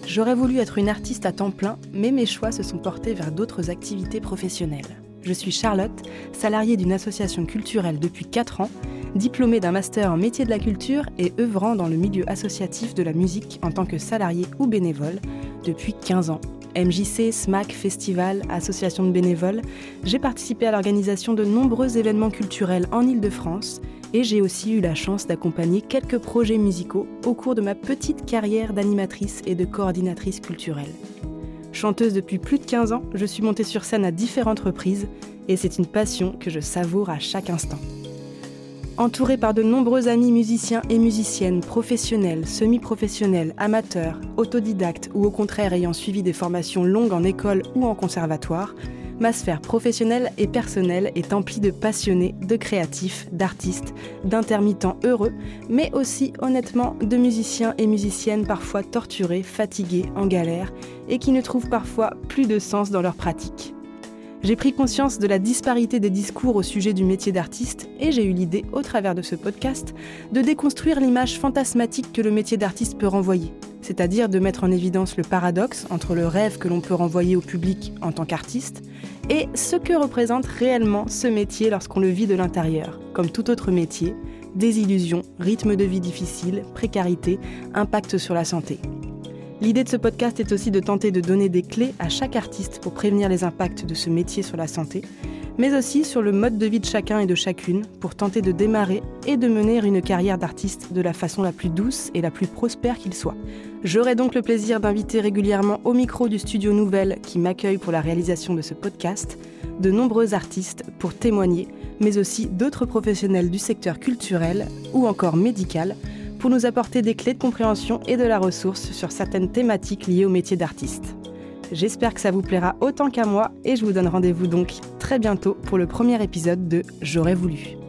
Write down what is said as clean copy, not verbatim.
J'aurais voulu être une artiste à temps plein, mais mes choix se sont portés vers d'autres activités professionnelles. Je suis Charlotte, salariée d'une association culturelle depuis 4 ans, diplômée d'un master en métier de la culture et œuvrant dans le milieu associatif de la musique en tant que salariée ou bénévole depuis 15 ans. MJC, SMAC, festival, association de bénévoles, j'ai participé à l'organisation de nombreux événements culturels en Île-de-France et j'ai aussi eu la chance d'accompagner quelques projets musicaux au cours de ma petite carrière d'animatrice et de coordinatrice culturelle. Chanteuse depuis plus de 15 ans, je suis montée sur scène à différentes reprises et c'est une passion que je savoure à chaque instant. Entourée par de nombreux amis musiciens et musiciennes, professionnels, semi-professionnels, amateurs, autodidactes ou au contraire ayant suivi des formations longues en école ou en conservatoire, ma sphère professionnelle et personnelle est emplie de passionnés, de créatifs, d'artistes, d'intermittents heureux, mais aussi honnêtement de musiciens et musiciennes parfois torturés, fatigués, en galère et qui ne trouvent parfois plus de sens dans leur pratique. J'ai pris conscience de la disparité des discours au sujet du métier d'artiste et j'ai eu l'idée, au travers de ce podcast, de déconstruire l'image fantasmatique que le métier d'artiste peut renvoyer, c'est-à-dire de mettre en évidence le paradoxe entre le rêve que l'on peut renvoyer au public en tant qu'artiste et ce que représente réellement ce métier lorsqu'on le vit de l'intérieur, comme tout autre métier, désillusion, rythme de vie difficile, précarité, impact sur la santé. L'idée de ce podcast est aussi de tenter de donner des clés à chaque artiste pour prévenir les impacts de ce métier sur la santé, mais aussi sur le mode de vie de chacun et de chacune pour tenter de démarrer et de mener une carrière d'artiste de la façon la plus douce et la plus prospère qu'il soit. J'aurai donc le plaisir d'inviter régulièrement au micro du studio Nouvelle qui m'accueille pour la réalisation de ce podcast, de nombreux artistes pour témoigner, mais aussi d'autres professionnels du secteur culturel ou encore médical, pour nous apporter des clés de compréhension et de la ressource sur certaines thématiques liées au métier d'artiste. J'espère que ça vous plaira autant qu'à moi et je vous donne rendez-vous donc très bientôt pour le premier épisode de J'aurais voulu.